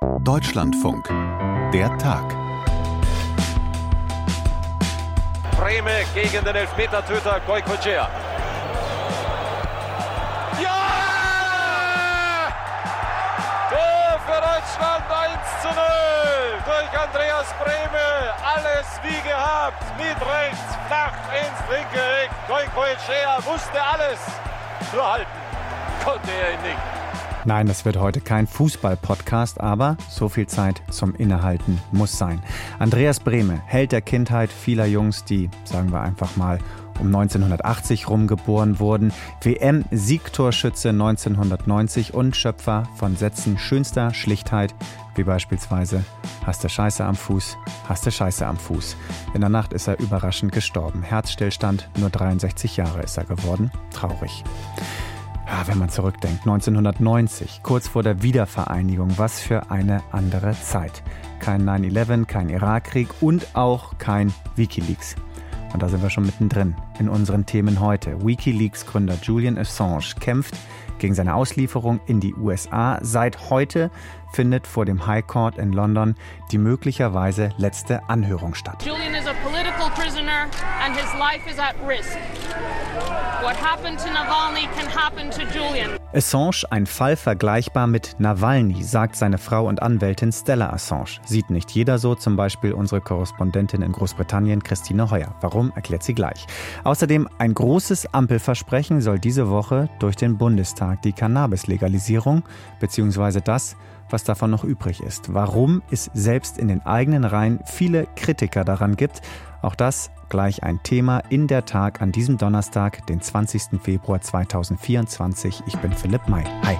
Deutschlandfunk. Der Tag. Brehme gegen den Elfmetertöter Goicoechea. Ja! Tor für Deutschland 1:0 durch Andreas Brehme. Alles wie gehabt, mit rechts, flach ins linke Eck. Goicoechea wusste alles, nur halten konnte er ihn nicht. Nein, das wird heute kein Fußball-Podcast, aber so viel Zeit zum Innehalten muss sein. Andreas Brehme, Held der Kindheit vieler Jungs, die, sagen wir einfach mal, um 1980 rum geboren wurden, WM-Siegtorschütze 1990 und Schöpfer von Sätzen schönster Schlichtheit, wie beispielsweise „Hast du Scheiße am Fuß, hast du Scheiße am Fuß". In der Nacht ist er überraschend gestorben. Herzstillstand, nur 63 Jahre ist er geworden. Traurig. Ja, wenn man zurückdenkt, 1990, kurz vor der Wiedervereinigung, was für eine andere Zeit. Kein 9/11, kein Irakkrieg und auch kein WikiLeaks. Und da sind wir schon mittendrin in unseren Themen heute. WikiLeaks-Gründer Julian Assange kämpft gegen seine Auslieferung in die USA. Seit heute findet vor dem High Court in London die möglicherweise letzte Anhörung statt. Julian is a political prisoner and his life is at risk. What happened to Navalny can happen to Julian. Assange, ein Fall vergleichbar mit Nawalny, sagt seine Frau und Anwältin Stella Assange. Sieht nicht jeder so, zum Beispiel unsere Korrespondentin in Großbritannien, Christine Heuer. Warum, erklärt sie gleich. Außerdem ein großes Ampelversprechen soll diese Woche durch den Bundestag, die Cannabis-Legalisierung, beziehungsweise das, was davon noch übrig ist. Warum es selbst in den eigenen Reihen viele Kritiker daran gibt, auch das gleich ein Thema in der Tag an diesem Donnerstag, den 20. Februar 2024. Ich bin Philipp May. Hi.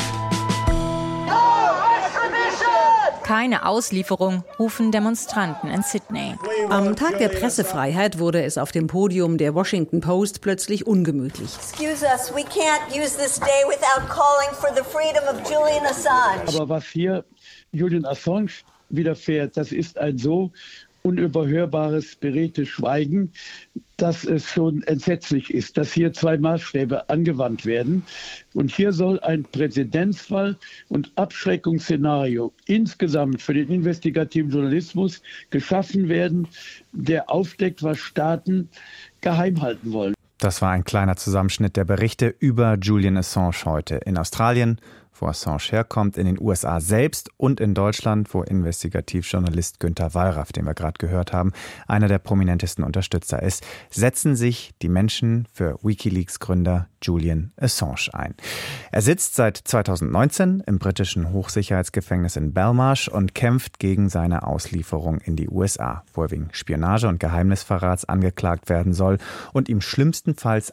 Keine Auslieferung, rufen Demonstranten in Sydney. Am Tag der Pressefreiheit wurde es auf dem Podium der Washington Post plötzlich ungemütlich. Excuse us, we can't use this day without calling for the freedom of Julian Assange. Aber was hier Julian Assange widerfährt, das ist ein so unüberhörbares, beredtes Schweigen, dass es schon entsetzlich ist, dass hier zwei Maßstäbe angewandt werden. Und hier soll ein Präzedenzfall und Abschreckungsszenario insgesamt für den investigativen Journalismus geschaffen werden, der aufdeckt, was Staaten geheim halten wollen. Das war ein kleiner Zusammenschnitt der Berichte über Julian Assange heute in Australien, wo Assange herkommt, in den USA selbst und in Deutschland, wo Investigativjournalist Günter Wallraff, den wir gerade gehört haben, einer der prominentesten Unterstützer ist, setzen sich die Menschen für WikiLeaks-Gründer Julian Assange ein. Er sitzt seit 2019 im britischen Hochsicherheitsgefängnis in Belmarsh und kämpft gegen seine Auslieferung in die USA, wo er wegen Spionage und Geheimnisverrats angeklagt werden soll und ihm schlimmstenfalls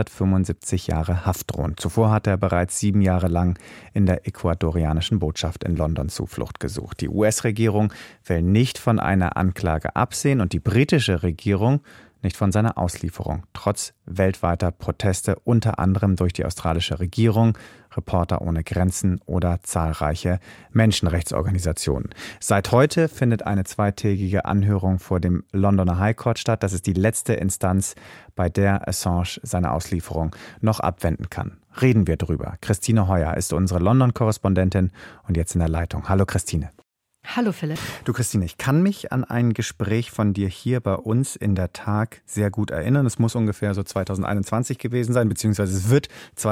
175 Jahre Haft drohen. Zuvor hat er bereits 7 Jahre lang in der ecuadorianischen Botschaft in London Zuflucht gesucht. Die US-Regierung will nicht von einer Anklage absehen und die britische Regierung nicht von seiner Auslieferung, trotz weltweiter Proteste, unter anderem durch die australische Regierung, Reporter ohne Grenzen oder zahlreiche Menschenrechtsorganisationen. Seit heute findet eine zweitägige Anhörung vor dem Londoner High Court statt. Das ist die letzte Instanz, bei der Assange seine Auslieferung noch abwenden kann. Reden wir drüber. Christine Heuer ist unsere London-Korrespondentin und jetzt in der Leitung. Hallo Christine. Hallo Philipp. Du Christine, ich kann mich an ein Gespräch von dir hier bei uns in der Tag sehr gut erinnern. Es muss ungefähr so 2021 gewesen sein, beziehungsweise es wird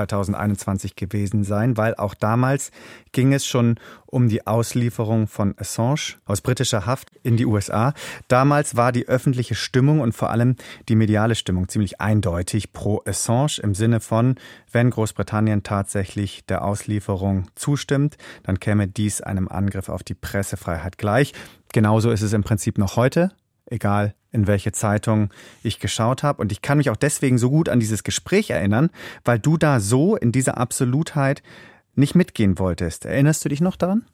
2021 gewesen sein, weil auch damals ging es schon um die Auslieferung von Assange aus britischer Haft in die USA. Damals war die öffentliche Stimmung und vor allem die mediale Stimmung ziemlich eindeutig pro Assange im Sinne von, wenn Großbritannien tatsächlich der Auslieferung zustimmt, dann käme dies einem Angriff auf die Pressefreiheit gleich. Genauso ist es im Prinzip noch heute, egal in welche Zeitung ich geschaut habe. Und ich kann mich auch deswegen so gut an dieses Gespräch erinnern, weil du da so in dieser Absolutheit nicht mitgehen wolltest. Erinnerst du dich noch daran?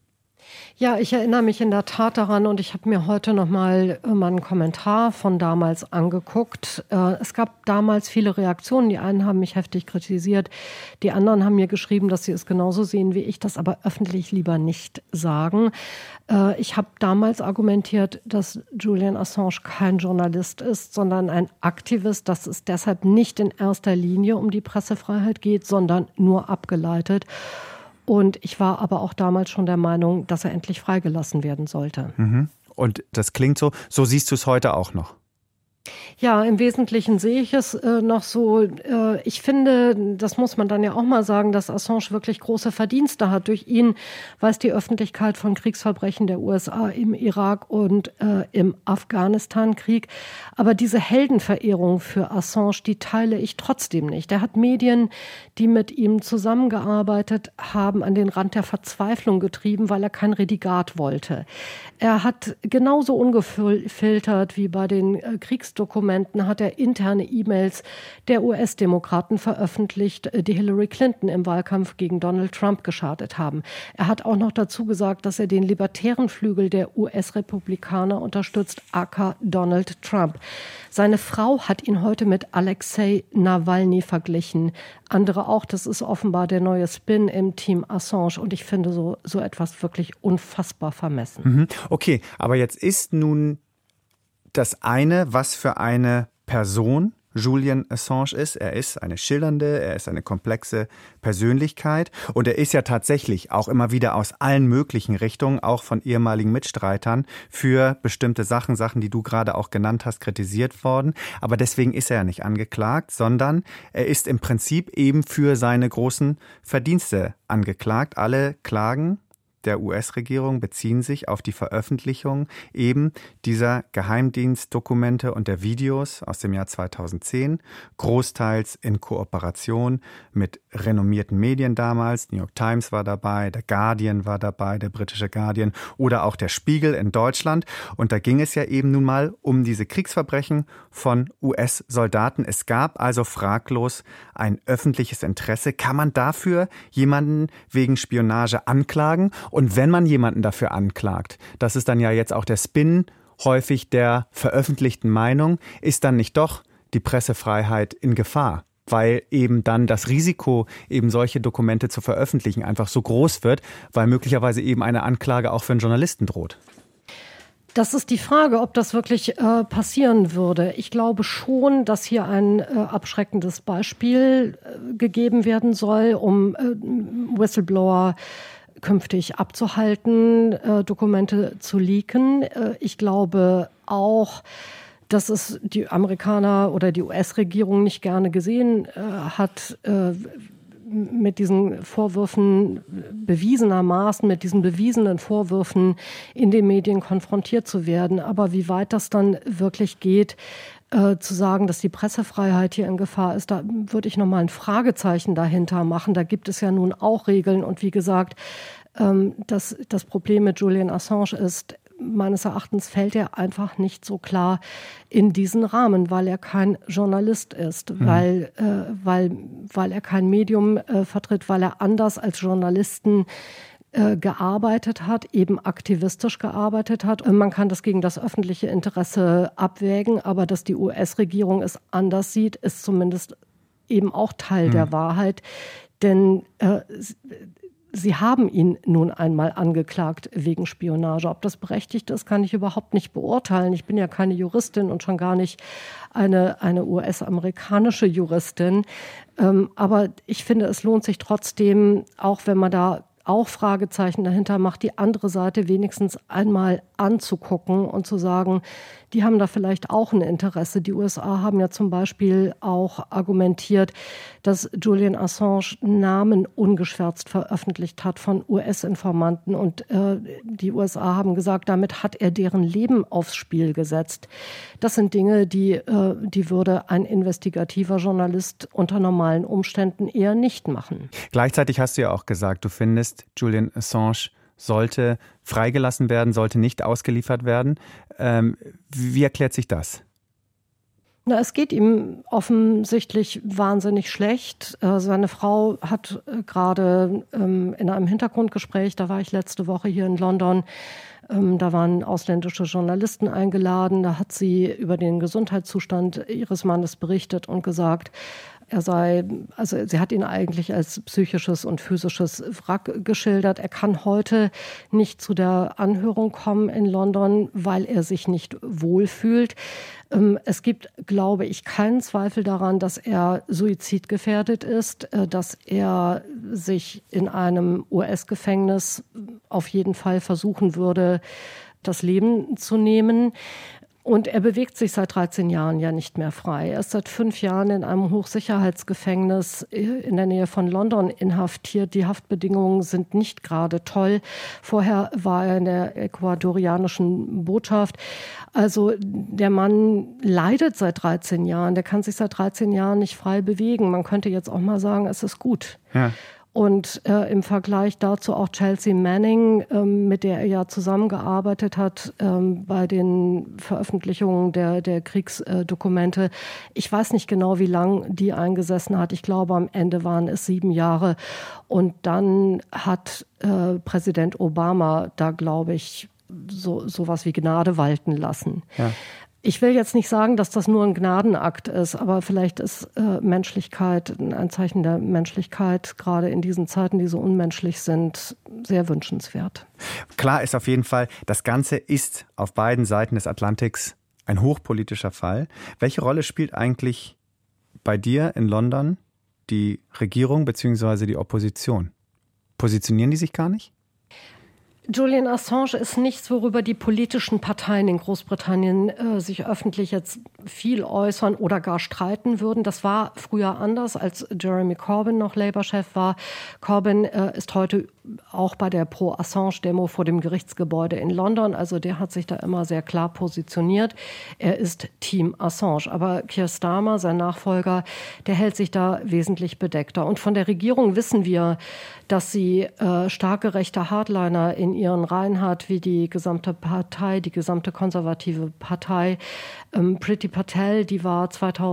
Ja, ich erinnere mich in der Tat daran und ich habe mir heute nochmal einen Kommentar von damals angeguckt. Es gab damals viele Reaktionen. Die einen haben mich heftig kritisiert, die anderen haben mir geschrieben, dass sie es genauso sehen wie ich, das aber öffentlich lieber nicht sagen. Ich habe damals argumentiert, dass Julian Assange kein Journalist ist, sondern ein Aktivist, dass es deshalb nicht in erster Linie um die Pressefreiheit geht, sondern nur abgeleitet. Und ich war aber auch damals schon der Meinung, dass er endlich freigelassen werden sollte. Und das klingt so siehst du es heute auch noch? Ja, im Wesentlichen sehe ich es noch so. Ich finde, das muss man dann ja auch mal sagen, dass Assange wirklich große Verdienste hat. Durch ihn weiß die Öffentlichkeit von Kriegsverbrechen der USA im Irak und im Afghanistan-Krieg. Aber diese Heldenverehrung für Assange, die teile ich trotzdem nicht. Er hat Medien, die mit ihm zusammengearbeitet haben, an den Rand der Verzweiflung getrieben, weil er kein Redigat wollte. Er hat genauso ungefiltert wie bei den Kriegsdokumenten, hat er interne E-Mails der US-Demokraten veröffentlicht, die Hillary Clinton im Wahlkampf gegen Donald Trump geschadet haben. Er hat auch noch dazu gesagt, dass er den libertären Flügel der US-Republikaner unterstützt, aka Donald Trump. Seine Frau hat ihn heute mit Alexei Nawalny verglichen. Andere auch, das ist offenbar der neue Spin im Team Assange. Und ich finde so etwas wirklich unfassbar vermessen. Okay, aber jetzt ist nun das eine, was für eine Person Julian Assange ist. Er ist eine schillernde, er ist eine komplexe Persönlichkeit und er ist ja tatsächlich auch immer wieder aus allen möglichen Richtungen, auch von ehemaligen Mitstreitern, für bestimmte Sachen, die du gerade auch genannt hast, kritisiert worden. Aber deswegen ist er ja nicht angeklagt, sondern er ist im Prinzip eben für seine großen Verdienste angeklagt. Alle Klagen der US-Regierung beziehen sich auf die Veröffentlichung eben dieser Geheimdienstdokumente und der Videos aus dem Jahr 2010, großteils in Kooperation mit renommierten Medien damals. New York Times war dabei, der Guardian war dabei, der britische Guardian oder auch der Spiegel in Deutschland. Und da ging es ja eben nun mal um diese Kriegsverbrechen von US-Soldaten. Es gab also fraglos ein öffentliches Interesse. Kann man dafür jemanden wegen Spionage anklagen? Und wenn man jemanden dafür anklagt, das ist dann ja jetzt auch der Spin häufig der veröffentlichten Meinung, ist dann nicht doch die Pressefreiheit in Gefahr? Weil eben dann das Risiko, eben solche Dokumente zu veröffentlichen, einfach so groß wird, weil möglicherweise eben eine Anklage auch für einen Journalisten droht. Das ist die Frage, ob das wirklich passieren würde. Ich glaube schon, dass hier ein abschreckendes Beispiel gegeben werden soll, um Whistleblower künftig abzuhalten, Dokumente zu leaken. Ich glaube auch, dass es die Amerikaner oder die US-Regierung nicht gerne gesehen hat, mit diesen Vorwürfen bewiesenermaßen, mit diesen bewiesenen Vorwürfen in den Medien konfrontiert zu werden. Aber wie weit das dann wirklich geht, zu sagen, dass die Pressefreiheit hier in Gefahr ist, da würde ich nochmal ein Fragezeichen dahinter machen. Da gibt es ja nun auch Regeln. Und wie gesagt, das Problem mit Julian Assange ist, meines Erachtens fällt er einfach nicht so klar in diesen Rahmen, weil er kein Journalist ist, weil er kein Medium vertritt, weil er anders als Journalisten gearbeitet hat, eben aktivistisch gearbeitet hat. Man kann das gegen das öffentliche Interesse abwägen, aber dass die US-Regierung es anders sieht, ist zumindest eben auch Teil der Wahrheit. Denn sie haben ihn nun einmal angeklagt wegen Spionage. Ob das berechtigt ist, kann ich überhaupt nicht beurteilen. Ich bin ja keine Juristin und schon gar nicht eine US-amerikanische Juristin. Aber ich finde, es lohnt sich trotzdem, auch wenn man da auch Fragezeichen dahinter macht, die andere Seite wenigstens einmal anzugucken und zu sagen, die haben da vielleicht auch ein Interesse. Die USA haben ja zum Beispiel auch argumentiert, dass Julian Assange Namen ungeschwärzt veröffentlicht hat von US-Informanten. Und die USA haben gesagt, damit hat er deren Leben aufs Spiel gesetzt. Das sind Dinge, die würde ein investigativer Journalist unter normalen Umständen eher nicht machen. Gleichzeitig hast du ja auch gesagt, du findest, Julian Assange sollte freigelassen werden, sollte nicht ausgeliefert werden. Wie erklärt sich das? Na, es geht ihm offensichtlich wahnsinnig schlecht. Seine Frau hat gerade in einem Hintergrundgespräch, da war ich letzte Woche hier in London, da waren ausländische Journalisten eingeladen. Da hat sie über den Gesundheitszustand ihres Mannes berichtet und gesagt, Sie hat ihn eigentlich als psychisches und physisches Wrack geschildert. Er kann heute nicht zu der Anhörung kommen in London, weil er sich nicht wohlfühlt. Es gibt, glaube ich, keinen Zweifel daran, dass er suizidgefährdet ist, dass er sich in einem US-Gefängnis auf jeden Fall versuchen würde, das Leben zu nehmen. Und er bewegt sich seit 13 Jahren ja nicht mehr frei. Er ist seit 5 Jahren in einem Hochsicherheitsgefängnis in der Nähe von London inhaftiert. Die Haftbedingungen sind nicht gerade toll. Vorher war er in der ecuadorianischen Botschaft. Also der Mann leidet seit 13 Jahren. Der kann sich seit 13 Jahren nicht frei bewegen. Man könnte jetzt auch mal sagen, es ist gut. Ja. Und im Vergleich dazu auch Chelsea Manning, mit der er ja zusammengearbeitet hat bei den Veröffentlichungen der Kriegsdokumente. Ich weiß nicht genau, wie lang die eingesessen hat. Ich glaube, am Ende waren es 7 Jahre. Und dann hat Präsident Obama da, glaube ich, sowas wie Gnade walten lassen. Ja. Ich will jetzt nicht sagen, dass das nur ein Gnadenakt ist, aber vielleicht ist Menschlichkeit, ein Zeichen der Menschlichkeit, gerade in diesen Zeiten, die so unmenschlich sind, sehr wünschenswert. Klar ist auf jeden Fall, das Ganze ist auf beiden Seiten des Atlantiks ein hochpolitischer Fall. Welche Rolle spielt eigentlich bei dir in London die Regierung bzw. die Opposition? Positionieren die sich gar nicht? Julian Assange ist nichts, worüber die politischen Parteien in Großbritannien sich öffentlich jetzt viel äußern oder gar streiten würden. Das war früher anders, als Jeremy Corbyn noch Labour-Chef war. Corbyn ist heute auch bei der Pro-Assange-Demo vor dem Gerichtsgebäude in London. Also der hat sich da immer sehr klar positioniert. Er ist Team Assange. Aber Keir Starmer, sein Nachfolger, der hält sich da wesentlich bedeckter. Und von der Regierung wissen wir, dass sie starke rechte Hardliner in ihren Reihen hat, wie die gesamte Partei, die gesamte konservative Partei. Priti Patel, die war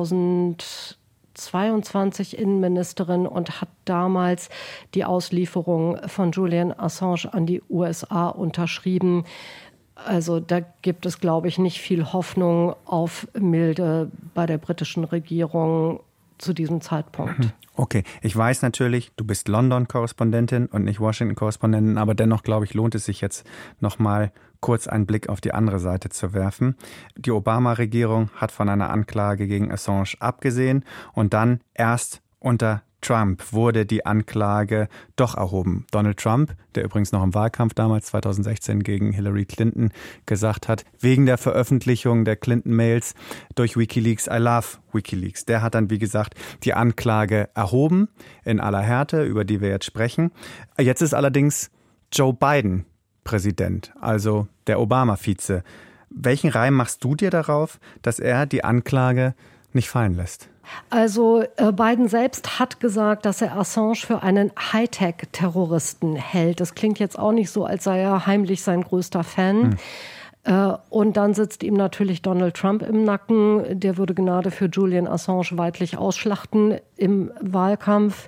2022 Innenministerin und hat damals die Auslieferung von Julian Assange an die USA unterschrieben. Also da gibt es, glaube ich, nicht viel Hoffnung auf Milde bei der britischen Regierung zu diesem Zeitpunkt. Okay, ich weiß natürlich, du bist London-Korrespondentin und nicht Washington-Korrespondentin, aber dennoch, glaube ich, lohnt es sich jetzt noch mal kurz einen Blick auf die andere Seite zu werfen. Die Obama-Regierung hat von einer Anklage gegen Assange abgesehen und dann erst unter Trump wurde die Anklage doch erhoben. Donald Trump, der übrigens noch im Wahlkampf damals 2016 gegen Hillary Clinton gesagt hat, wegen der Veröffentlichung der Clinton-Mails durch WikiLeaks, I love WikiLeaks. Der hat dann, wie gesagt, die Anklage erhoben in aller Härte, über die wir jetzt sprechen. Jetzt ist allerdings Joe Biden Präsident, also der Obama-Vize. Welchen Reim machst du dir darauf, dass er die Anklage nicht fallen lässt? Also Biden selbst hat gesagt, dass er Assange für einen Hightech-Terroristen hält. Das klingt jetzt auch nicht so, als sei er heimlich sein größter Fan. Und dann sitzt ihm natürlich Donald Trump im Nacken. Der würde Gnade für Julian Assange weidlich ausschlachten im Wahlkampf.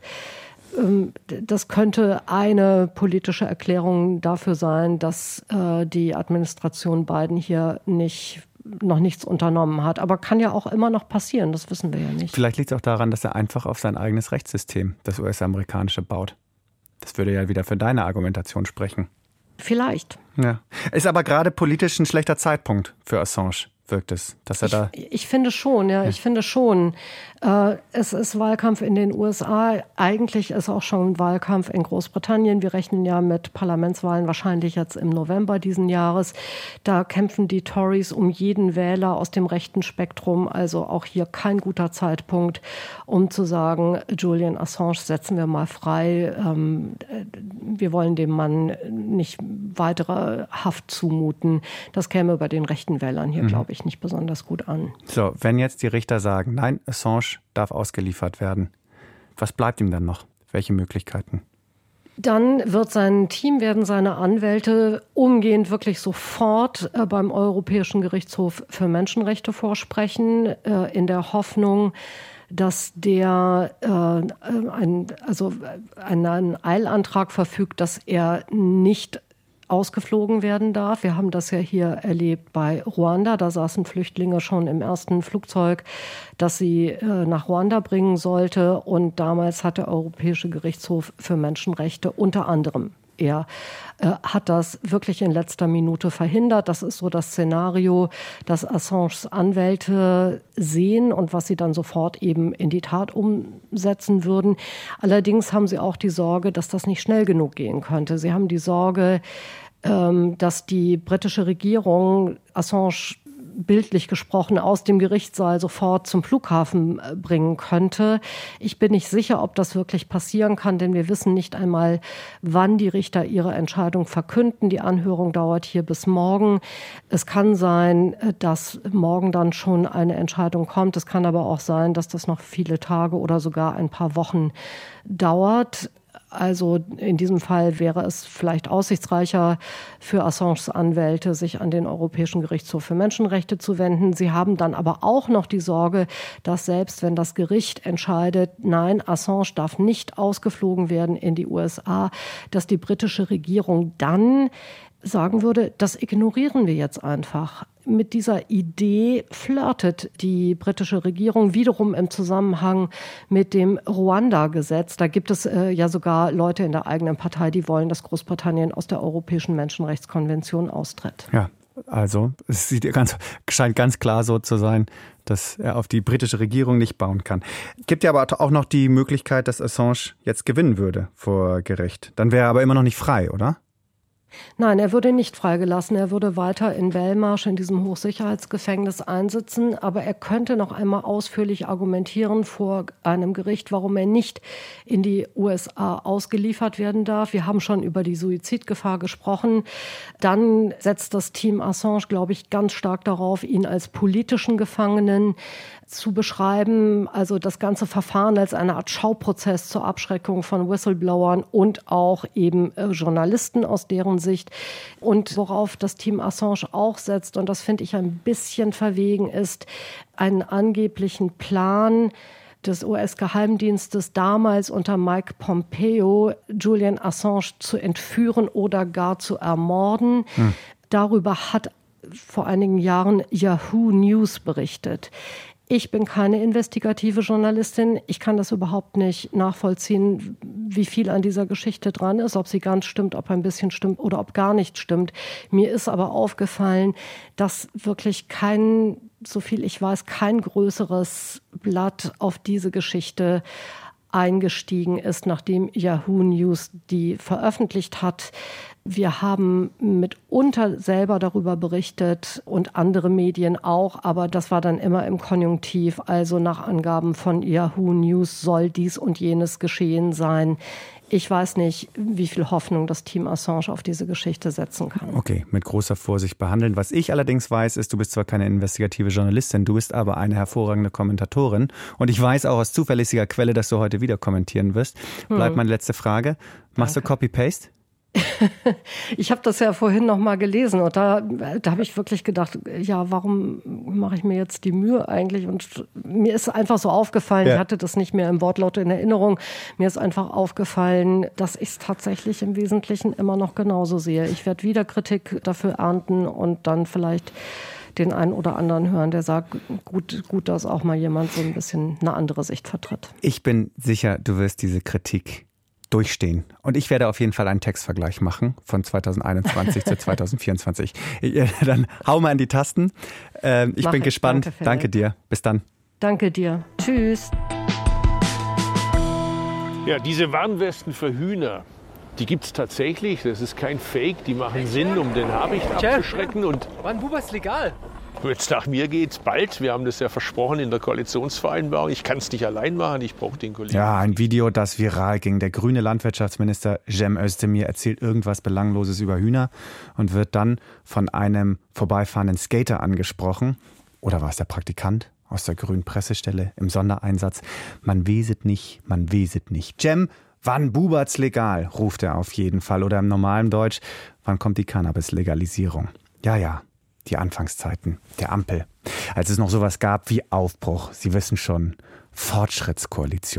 Das könnte eine politische Erklärung dafür sein, dass die Administration Biden hier noch nichts unternommen hat. Aber kann ja auch immer noch passieren, das wissen wir ja nicht. Vielleicht liegt es auch daran, dass er einfach auf sein eigenes Rechtssystem, das US-amerikanische, baut. Das würde ja wieder für deine Argumentation sprechen. Vielleicht. Ja. Ist aber gerade politisch ein schlechter Zeitpunkt für Assange, wirkt es, dass er da... Ich finde schon, ja, ich finde schon. Es ist Wahlkampf in den USA. Eigentlich ist auch schon Wahlkampf in Großbritannien. Wir rechnen ja mit Parlamentswahlen wahrscheinlich jetzt im November diesen Jahres. Da kämpfen die Tories um jeden Wähler aus dem rechten Spektrum. Also auch hier kein guter Zeitpunkt, um zu sagen, Julian Assange setzen wir mal frei. Wir wollen dem Mann nicht weitere Haft zumuten. Das käme bei den rechten Wählern hier, glaube ich, nicht besonders gut an. So, wenn jetzt die Richter sagen, nein, Assange darf ausgeliefert werden, was bleibt ihm dann noch? Welche Möglichkeiten? Dann werden seine Anwälte umgehend wirklich sofort beim Europäischen Gerichtshof für Menschenrechte vorsprechen, in der Hoffnung, dass der einen Eilantrag verfügt, dass er nicht ausgeflogen werden darf. Wir haben das ja hier erlebt bei Ruanda. Da saßen Flüchtlinge schon im ersten Flugzeug, das sie nach Ruanda bringen sollte. Und damals hat der Europäische Gerichtshof für Menschenrechte unter anderem er hat das wirklich in letzter Minute verhindert. Das ist so das Szenario, das Assanges Anwälte sehen und was sie dann sofort eben in die Tat umsetzen würden. Allerdings haben sie auch die Sorge, dass das nicht schnell genug gehen könnte. Sie haben die Sorge, dass die britische Regierung Assange bildlich gesprochen aus dem Gerichtssaal sofort zum Flughafen bringen könnte. Ich bin nicht sicher, ob das wirklich passieren kann, denn wir wissen nicht einmal, wann die Richter ihre Entscheidung verkünden. Die Anhörung dauert hier bis morgen. Es kann sein, dass morgen dann schon eine Entscheidung kommt. Es kann aber auch sein, dass das noch viele Tage oder sogar ein paar Wochen dauert. Also in diesem Fall wäre es vielleicht aussichtsreicher für Assanges Anwälte, sich an den Europäischen Gerichtshof für Menschenrechte zu wenden. Sie haben dann aber auch noch die Sorge, dass selbst wenn das Gericht entscheidet, nein, Assange darf nicht ausgeflogen werden in die USA, dass die britische Regierung dann sagen würde, das ignorieren wir jetzt einfach. Mit dieser Idee flirtet die britische Regierung wiederum im Zusammenhang mit dem Ruanda-Gesetz. Da gibt es ja sogar Leute in der eigenen Partei, die wollen, dass Großbritannien aus der Europäischen Menschenrechtskonvention austritt. Ja, also es scheint ganz klar so zu sein, dass er auf die britische Regierung nicht bauen kann. Es gibt ja aber auch noch die Möglichkeit, dass Assange jetzt gewinnen würde vor Gericht. Dann wäre er aber immer noch nicht frei, oder? Nein, er würde nicht freigelassen. Er würde weiter in Belmarsh in diesem Hochsicherheitsgefängnis einsitzen. Aber er könnte noch einmal ausführlich argumentieren vor einem Gericht, warum er nicht in die USA ausgeliefert werden darf. Wir haben schon über die Suizidgefahr gesprochen. Dann setzt das Team Assange, glaube ich, ganz stark darauf, ihn als politischen Gefangenen zu beschreiben. Also das ganze Verfahren als eine Art Schauprozess zur Abschreckung von Whistleblowern und auch eben Journalisten aus deren Sicht. Und worauf das Team Assange auch setzt, und das finde ich ein bisschen verwegen, ist einen angeblichen Plan des US-Geheimdienstes damals unter Mike Pompeo, Julian Assange zu entführen oder gar zu ermorden. Darüber hat vor einigen Jahren Yahoo News berichtet. Ich bin keine investigative Journalistin. Ich kann das überhaupt nicht nachvollziehen, wie viel an dieser Geschichte dran ist, ob sie ganz stimmt, ob ein bisschen stimmt oder ob gar nicht stimmt. Mir ist aber aufgefallen, dass wirklich soviel ich weiß, kein größeres Blatt auf diese Geschichte eingestiegen ist, nachdem Yahoo News die veröffentlicht hat. Wir haben mitunter selber darüber berichtet und andere Medien auch, aber das war dann immer im Konjunktiv. Also nach Angaben von Yahoo News soll dies und jenes geschehen sein. Ich weiß nicht, wie viel Hoffnung das Team Assange auf diese Geschichte setzen kann. Okay, mit großer Vorsicht behandeln. Was ich allerdings weiß, ist, du bist zwar keine investigative Journalistin, du bist aber eine hervorragende Kommentatorin. Und ich weiß auch aus zuverlässiger Quelle, dass du heute wieder kommentieren wirst. Bleibt meine letzte Frage. Machst du Copy-Paste? Ich habe das ja vorhin noch mal gelesen und da habe ich wirklich gedacht, ja, warum mache ich mir jetzt die Mühe eigentlich? Und mir ist einfach so aufgefallen, Ich hatte das nicht mehr im Wortlaut in Erinnerung, mir ist einfach aufgefallen, dass ich es tatsächlich im Wesentlichen immer noch genauso sehe. Ich werde wieder Kritik dafür ernten und dann vielleicht den einen oder anderen hören, der sagt, gut, dass auch mal jemand so ein bisschen eine andere Sicht vertritt. Ich bin sicher, du wirst diese Kritik durchstehen. Und ich werde auf jeden Fall einen Textvergleich machen von 2021 zu 2024. Dann hau mal in die Tasten. Ich bin gespannt. Danke dir. Bis dann. Danke dir. Tschüss. Ja, diese Warnwesten für Hühner, die gibt es tatsächlich. Das ist kein Fake. Die machen Sinn, um den Habicht abzuschrecken. Und wann ist legal? Jetzt nach mir geht's bald. Wir haben das ja versprochen in der Koalitionsvereinbarung. Ich kann es nicht allein machen, ich brauche den Kollegen. Ja, ein Video, das viral ging. Der grüne Landwirtschaftsminister Cem Özdemir erzählt irgendwas Belangloses über Hühner und wird dann von einem vorbeifahrenden Skater angesprochen. Oder war es der Praktikant aus der grünen Pressestelle im Sondereinsatz? Man weet nicht, man weet nicht. Cem, wann bubert's legal? Ruft er auf jeden Fall. Oder im normalen Deutsch, wann kommt die Cannabis-Legalisierung? Ja. Die Anfangszeiten der Ampel, als es noch sowas gab wie Aufbruch. Sie wissen schon, Fortschrittskoalition.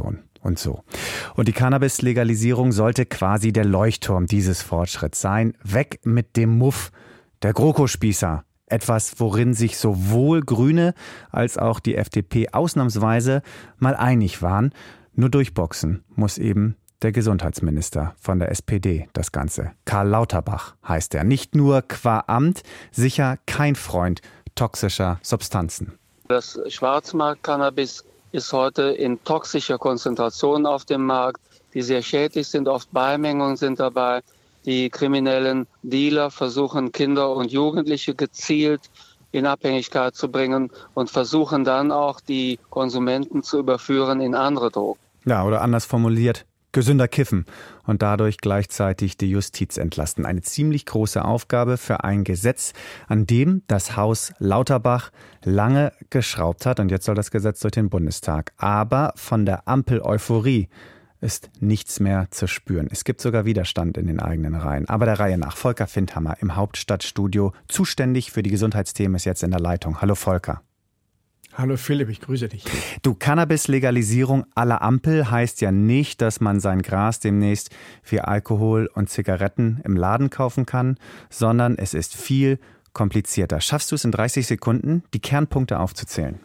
und so. Und die Cannabis-Legalisierung sollte quasi der Leuchtturm dieses Fortschritts sein. Weg mit dem Muff, der GroKo-Spießer. Etwas, worin sich sowohl Grüne als auch die FDP ausnahmsweise mal einig waren. Nur durchboxen muss eben der Gesundheitsminister von der SPD das Ganze. Karl Lauterbach heißt er. Nicht nur qua Amt, sicher kein Freund toxischer Substanzen. Das Schwarzmarkt-Cannabis ist heute in toxischer Konzentration auf dem Markt, die sehr schädlich sind. Oft Beimengungen sind dabei. Die kriminellen Dealer versuchen, Kinder und Jugendliche gezielt in Abhängigkeit zu bringen und versuchen dann auch, die Konsumenten zu überführen in andere Drogen. Ja, oder anders formuliert, gesünder kiffen und dadurch gleichzeitig die Justiz entlasten. Eine ziemlich große Aufgabe für ein Gesetz, an dem das Haus Lauterbach lange geschraubt hat. Und jetzt soll das Gesetz durch den Bundestag. Aber von der Ampel-Euphorie ist nichts mehr zu spüren. Es gibt sogar Widerstand in den eigenen Reihen. Aber der Reihe nach. Volker Findhammer im Hauptstadtstudio, zuständig für die Gesundheitsthemen, ist jetzt in der Leitung. Hallo Volker. Hallo Philipp, ich grüße dich. Du, Cannabis-Legalisierung à la Ampel heißt ja nicht, dass man sein Gras demnächst wie Alkohol und Zigaretten im Laden kaufen kann, sondern es ist viel komplizierter. Schaffst du es in 30 Sekunden, die Kernpunkte aufzuzählen?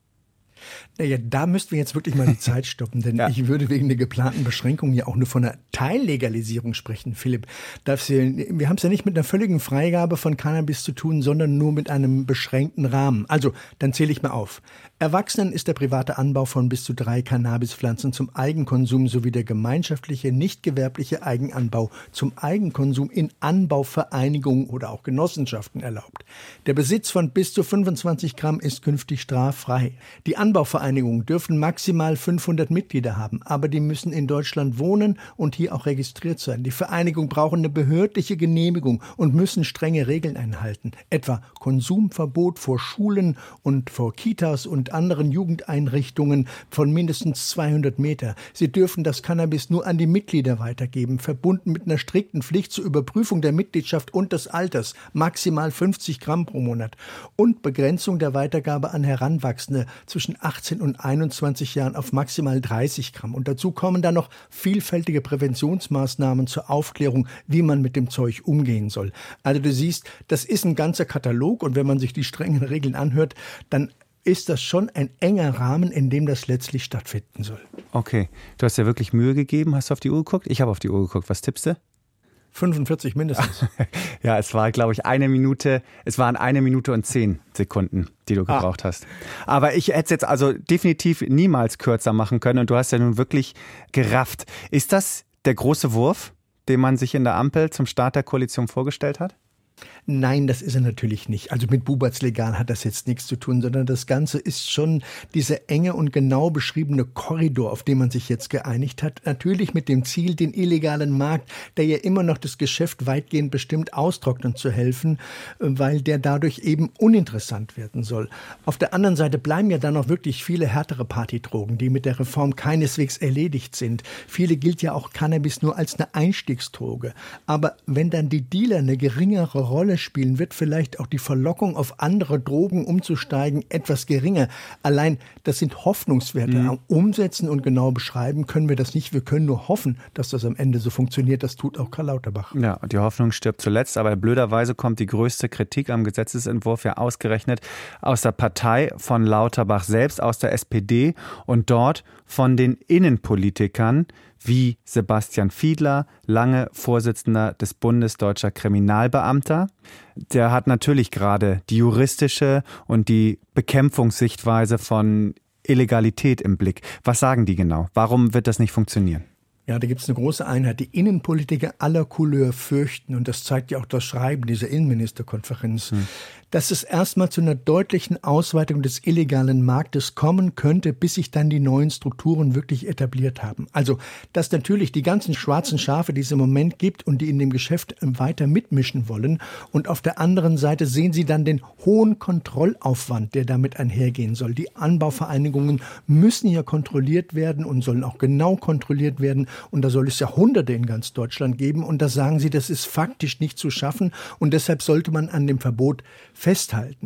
Naja, da müssten wir jetzt wirklich mal die Zeit stoppen, denn ich würde wegen der geplanten Beschränkung ja auch nur von einer Teillegalisierung sprechen, Philipp. Wir haben es ja nicht mit einer völligen Freigabe von Cannabis zu tun, sondern nur mit einem beschränkten Rahmen. Also, dann zähle ich mal auf. Erwachsenen ist der private Anbau von bis zu 3 Cannabispflanzen zum Eigenkonsum sowie der gemeinschaftliche, nicht gewerbliche Eigenanbau zum Eigenkonsum in Anbauvereinigungen oder auch Genossenschaften erlaubt. Der Besitz von bis zu 25 Gramm ist künftig straffrei. Die Anbauvereinigungen dürfen maximal 500 Mitglieder haben, aber die müssen in Deutschland wohnen und hier auch registriert sein. Die Vereinigungen brauchen eine behördliche Genehmigung und müssen strenge Regeln einhalten, etwa Konsumverbot vor Schulen und vor Kitas und anderen Jugendeinrichtungen von mindestens 200 Meter. Sie dürfen das Cannabis nur an die Mitglieder weitergeben, verbunden mit einer strikten Pflicht zur Überprüfung der Mitgliedschaft und des Alters, maximal 50 Gramm pro Monat und Begrenzung der Weitergabe an Heranwachsende zwischen 18 und 21 Jahren auf maximal 30 Gramm. Und dazu kommen dann noch vielfältige Präventionsmaßnahmen zur Aufklärung, wie man mit dem Zeug umgehen soll. Also du siehst, das ist ein ganzer Katalog und wenn man sich die strengen Regeln anhört, dann ist das schon ein enger Rahmen, in dem das letztlich stattfinden soll. Okay, du hast ja wirklich Mühe gegeben. Hast du auf die Uhr geguckt? Ich habe auf die Uhr geguckt. Was tippst du? 45 mindestens. Ja, es war, glaube ich, 1 Minute. Es waren 1 Minute und 10 Sekunden, die du gebraucht hast. Aber ich hätte es jetzt also definitiv niemals kürzer machen können. Und du hast ja nun wirklich gerafft. Ist das der große Wurf, den man sich in der Ampel zum Start der Koalition vorgestellt hat? Nein, das ist er natürlich nicht. Also mit Buberts Legal hat das jetzt nichts zu tun, sondern das Ganze ist schon dieser enge und genau beschriebene Korridor, auf den man sich jetzt geeinigt hat. Natürlich mit dem Ziel, den illegalen Markt, der ja immer noch das Geschäft weitgehend bestimmt, austrocknen zu helfen, weil der dadurch eben uninteressant werden soll. Auf der anderen Seite bleiben ja dann noch wirklich viele härtere Partydrogen, die mit der Reform keineswegs erledigt sind. Viele gilt ja auch Cannabis nur als eine Einstiegsdroge. Aber wenn dann die Dealer eine geringere Rolle spielen, wird vielleicht auch die Verlockung, auf andere Drogen umzusteigen, etwas geringer. Allein, das sind Hoffnungswerte. Umsetzen und genau beschreiben können wir das nicht. Wir können nur hoffen, dass das am Ende so funktioniert. Das tut auch Karl Lauterbach. Ja, und die Hoffnung stirbt zuletzt. Aber blöderweise kommt die größte Kritik am Gesetzesentwurf ja ausgerechnet aus der Partei von Lauterbach selbst, aus der SPD und dort von den Innenpolitikern wie Sebastian Fiedler, lange Vorsitzender des Bundes Deutscher Kriminalbeamter. Der hat natürlich gerade die juristische und die Bekämpfungssichtweise von Illegalität im Blick. Was sagen die genau? Warum wird das nicht funktionieren? Ja, da gibt es eine große Einheit. Die Innenpolitiker aller Couleur fürchten, und das zeigt ja auch das Schreiben dieser Innenministerkonferenz, dass es erstmal zu einer deutlichen Ausweitung des illegalen Marktes kommen könnte, bis sich dann die neuen Strukturen wirklich etabliert haben. Also, dass natürlich die ganzen schwarzen Schafe, die es im Moment gibt und die in dem Geschäft weiter mitmischen wollen, und auf der anderen Seite sehen sie dann den hohen Kontrollaufwand, der damit einhergehen soll. Die Anbauvereinigungen müssen ja kontrolliert werden und sollen auch genau kontrolliert werden. Und da soll es ja Hunderte in ganz Deutschland geben. Und da sagen sie, das ist faktisch nicht zu schaffen. Und deshalb sollte man an dem Verbot festhalten.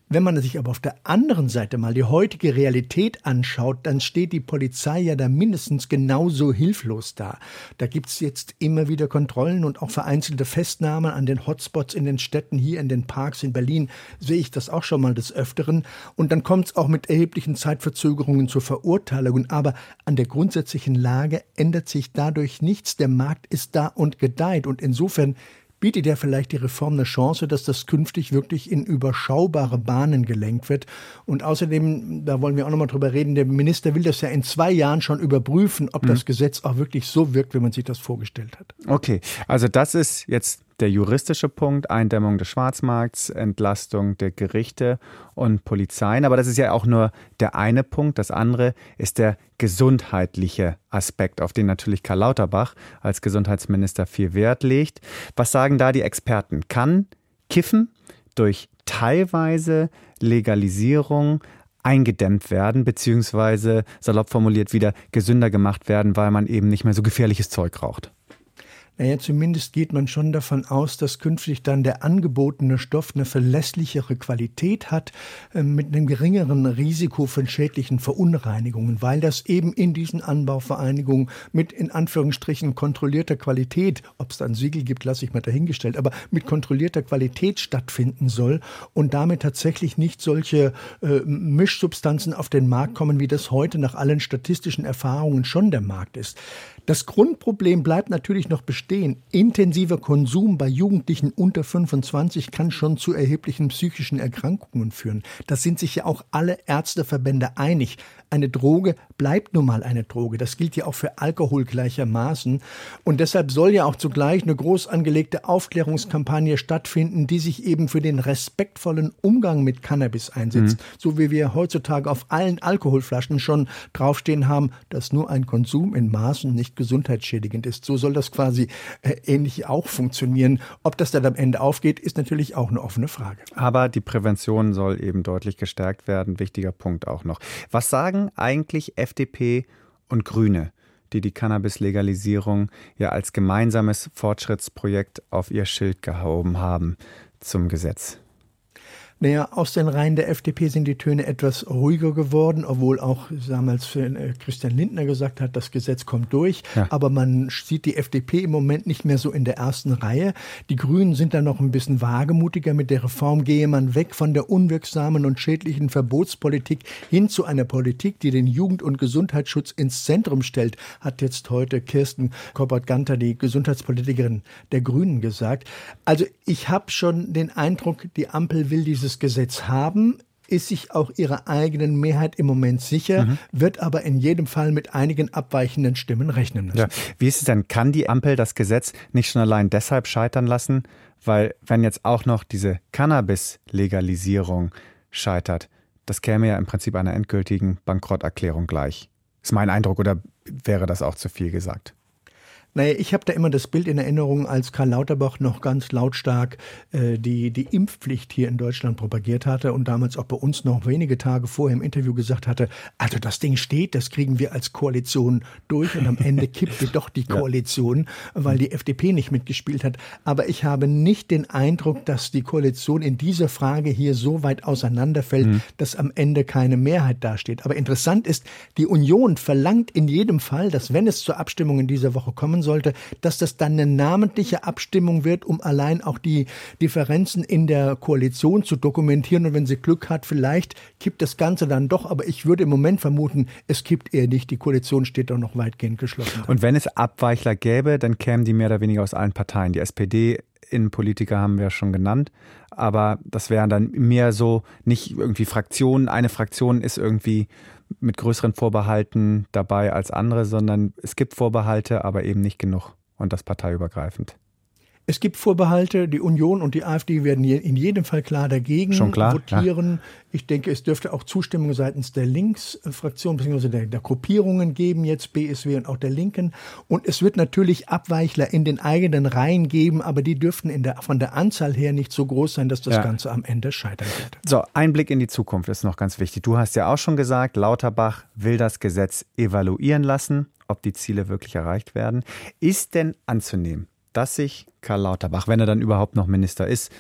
Wenn man sich aber auf der anderen Seite mal die heutige Realität anschaut, dann steht die Polizei ja da mindestens genauso hilflos da. Da gibt's jetzt immer wieder Kontrollen und auch vereinzelte Festnahmen an den Hotspots in den Städten, hier in den Parks in Berlin sehe ich das auch schon mal des Öfteren. Und dann kommt's auch mit erheblichen Zeitverzögerungen zur Verurteilung. Aber an der grundsätzlichen Lage ändert sich dadurch nichts. Der Markt ist da und gedeiht. Und insofern bietet ja vielleicht die Reform eine Chance, dass das künftig wirklich in überschaubare Bahnen gelenkt wird. Und außerdem, da wollen wir auch noch mal drüber reden, der Minister will das ja in 2 Jahren schon überprüfen, ob das Gesetz auch wirklich so wirkt, wie man sich das vorgestellt hat. Okay, also das ist jetzt der juristische Punkt, Eindämmung des Schwarzmarkts, Entlastung der Gerichte und Polizeien. Aber das ist ja auch nur der eine Punkt. Das andere ist der gesundheitliche Aspekt, auf den natürlich Karl Lauterbach als Gesundheitsminister viel Wert legt. Was sagen da die Experten? Kann Kiffen durch teilweise Legalisierung eingedämmt werden, beziehungsweise salopp formuliert wieder gesünder gemacht werden, weil man eben nicht mehr so gefährliches Zeug raucht? Naja, zumindest geht man schon davon aus, dass künftig dann der angebotene Stoff eine verlässlichere Qualität hat, mit einem geringeren Risiko von schädlichen Verunreinigungen, weil das eben in diesen Anbauvereinigungen mit in Anführungsstrichen kontrollierter Qualität, ob es da ein Siegel gibt, lasse ich mal dahingestellt, aber mit kontrollierter Qualität stattfinden soll und damit tatsächlich nicht solche Mischsubstanzen auf den Markt kommen, wie das heute nach allen statistischen Erfahrungen schon der Markt ist. Das Grundproblem bleibt natürlich noch bestehen. Intensiver Konsum bei Jugendlichen unter 25 kann schon zu erheblichen psychischen Erkrankungen führen. Da sind sich ja auch alle Ärzteverbände einig. Eine Droge bleibt nun mal eine Droge. Das gilt ja auch für Alkohol gleichermaßen. Und deshalb soll ja auch zugleich eine groß angelegte Aufklärungskampagne stattfinden, die sich eben für den respektvollen Umgang mit Cannabis einsetzt. So wie wir heutzutage auf allen Alkoholflaschen schon draufstehen haben, dass nur ein Konsum in Maßen nicht gesundheitsschädigend ist. So soll das quasi ähnlich auch funktionieren. Ob das dann am Ende aufgeht, ist natürlich auch eine offene Frage. Aber die Prävention soll eben deutlich gestärkt werden. Wichtiger Punkt auch noch. Was sagen eigentlich FDP und Grüne, die die Cannabis-Legalisierung ja als gemeinsames Fortschrittsprojekt auf ihr Schild gehoben haben zum Gesetz? Naja, aus den Reihen der FDP sind die Töne etwas ruhiger geworden, obwohl auch damals Christian Lindner gesagt hat, das Gesetz kommt durch. Ja. Aber man sieht die FDP im Moment nicht mehr so in der ersten Reihe. Die Grünen sind da noch ein bisschen wagemutiger. Mit der Reform gehe man weg von der unwirksamen und schädlichen Verbotspolitik hin zu einer Politik, die den Jugend- und Gesundheitsschutz ins Zentrum stellt, hat jetzt heute Kirsten Koppert-Ganter, die Gesundheitspolitikerin der Grünen, gesagt. Also ich habe schon den Eindruck, die Ampel will dieses Gesetz haben, ist sich auch ihrer eigenen Mehrheit im Moment sicher, wird aber in jedem Fall mit einigen abweichenden Stimmen rechnen müssen. Ja. Wie ist es denn, kann die Ampel das Gesetz nicht schon allein deshalb scheitern lassen, weil wenn jetzt auch noch diese Cannabis-Legalisierung scheitert, das käme ja im Prinzip einer endgültigen Bankrotterklärung gleich. Ist mein Eindruck, oder wäre das auch zu viel gesagt? Naja, ich habe da immer das Bild in Erinnerung, als Karl Lauterbach noch ganz lautstark die Impfpflicht hier in Deutschland propagiert hatte und damals auch bei uns noch wenige Tage vorher im Interview gesagt hatte, also das Ding steht, das kriegen wir als Koalition durch und am Ende kippte doch die Koalition, weil die FDP nicht mitgespielt hat. Aber ich habe nicht den Eindruck, dass die Koalition in dieser Frage hier so weit auseinanderfällt, dass am Ende keine Mehrheit dasteht. Aber interessant ist, die Union verlangt in jedem Fall, dass wenn es zur Abstimmung in dieser Woche kommen sollte, dass das dann eine namentliche Abstimmung wird, um allein auch die Differenzen in der Koalition zu dokumentieren. Und wenn sie Glück hat, vielleicht kippt das Ganze dann doch. Aber ich würde im Moment vermuten, es kippt eher nicht. Die Koalition steht doch noch weitgehend geschlossen. Und wenn es Abweichler gäbe, dann kämen die mehr oder weniger aus allen Parteien. Die SPD-Innenpolitiker haben wir schon genannt. Aber das wären dann mehr so nicht irgendwie Fraktionen. Eine Fraktion ist irgendwie mit größeren Vorbehalten dabei als andere, sondern es gibt Vorbehalte, aber eben nicht genug und das parteiübergreifend. Es gibt Vorbehalte, die Union und die AfD werden in jedem Fall klar dagegen votieren. Ja. Ich denke, es dürfte auch Zustimmung seitens der Linksfraktion bzw. der Gruppierungen geben, jetzt BSW und auch der Linken. Und es wird natürlich Abweichler in den eigenen Reihen geben, aber die dürften von der Anzahl her nicht so groß sein, dass das Ganze am Ende scheitern wird. So, ein Blick in die Zukunft ist noch ganz wichtig. Du hast ja auch schon gesagt, Lauterbach will das Gesetz evaluieren lassen, ob die Ziele wirklich erreicht werden. Ist denn anzunehmen, dass sich Karl Lauterbach, wenn er dann überhaupt noch Minister ist,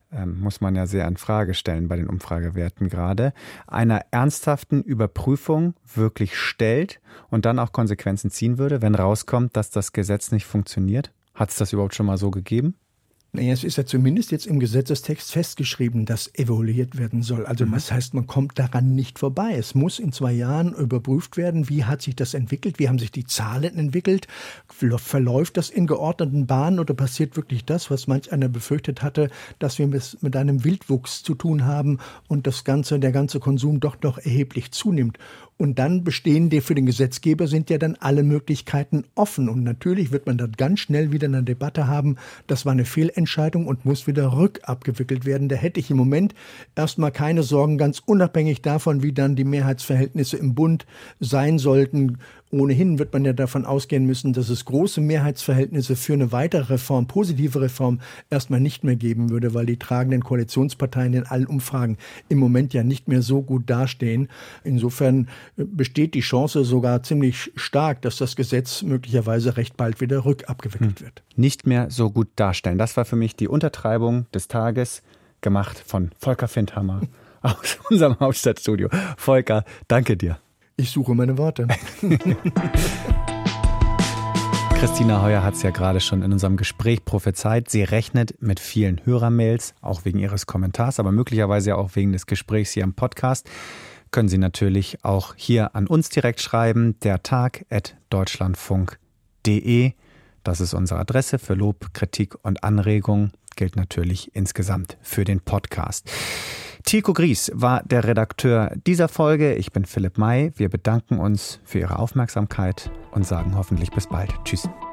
muss man ja sehr in Frage stellen bei den Umfragewerten gerade, einer ernsthaften Überprüfung wirklich stellt und dann auch Konsequenzen ziehen würde, wenn rauskommt, dass das Gesetz nicht funktioniert? Hat es das überhaupt schon mal so gegeben? Naja, es ist ja zumindest jetzt im Gesetzestext festgeschrieben, dass evaluiert werden soll. Also das heißt, man kommt daran nicht vorbei. Es muss in 2 Jahren überprüft werden, wie hat sich das entwickelt, wie haben sich die Zahlen entwickelt, verläuft das in geordneten Bahnen oder passiert wirklich das, was manch einer befürchtet hatte, dass wir mit einem Wildwuchs zu tun haben und der ganze Konsum doch noch erheblich zunimmt. Und dann für den Gesetzgeber sind ja dann alle Möglichkeiten offen. Und natürlich wird man dann ganz schnell wieder eine Debatte haben, das war eine Fehlentscheidung und muss wieder rückabgewickelt werden. Da hätte ich im Moment erstmal keine Sorgen, ganz unabhängig davon, wie dann die Mehrheitsverhältnisse im Bund sein sollten. Ohnehin wird man ja davon ausgehen müssen, dass es große Mehrheitsverhältnisse für eine weitere Reform, positive Reform, erstmal nicht mehr geben würde, weil die tragenden Koalitionsparteien in allen Umfragen im Moment ja nicht mehr so gut dastehen. Insofern besteht die Chance sogar ziemlich stark, dass das Gesetz möglicherweise recht bald wieder rückabgewickelt wird. Nicht mehr so gut darstellen. Das war für mich die Untertreibung des Tages, gemacht von Volker Findhammer aus unserem Hauptstadtstudio. Volker, danke dir. Ich suche meine Worte. Christina Heuer hat es ja gerade schon in unserem Gespräch prophezeit. Sie rechnet mit vielen Hörermails, auch wegen ihres Kommentars, aber möglicherweise auch wegen des Gesprächs hier im Podcast. Können Sie natürlich auch hier an uns direkt schreiben, dertag@deutschlandfunk.de. Das ist unsere Adresse für Lob, Kritik und Anregungen. Gilt natürlich insgesamt für den Podcast. Tilko Gries war der Redakteur dieser Folge. Ich bin Philipp May. Wir bedanken uns für Ihre Aufmerksamkeit und sagen hoffentlich bis bald. Tschüss.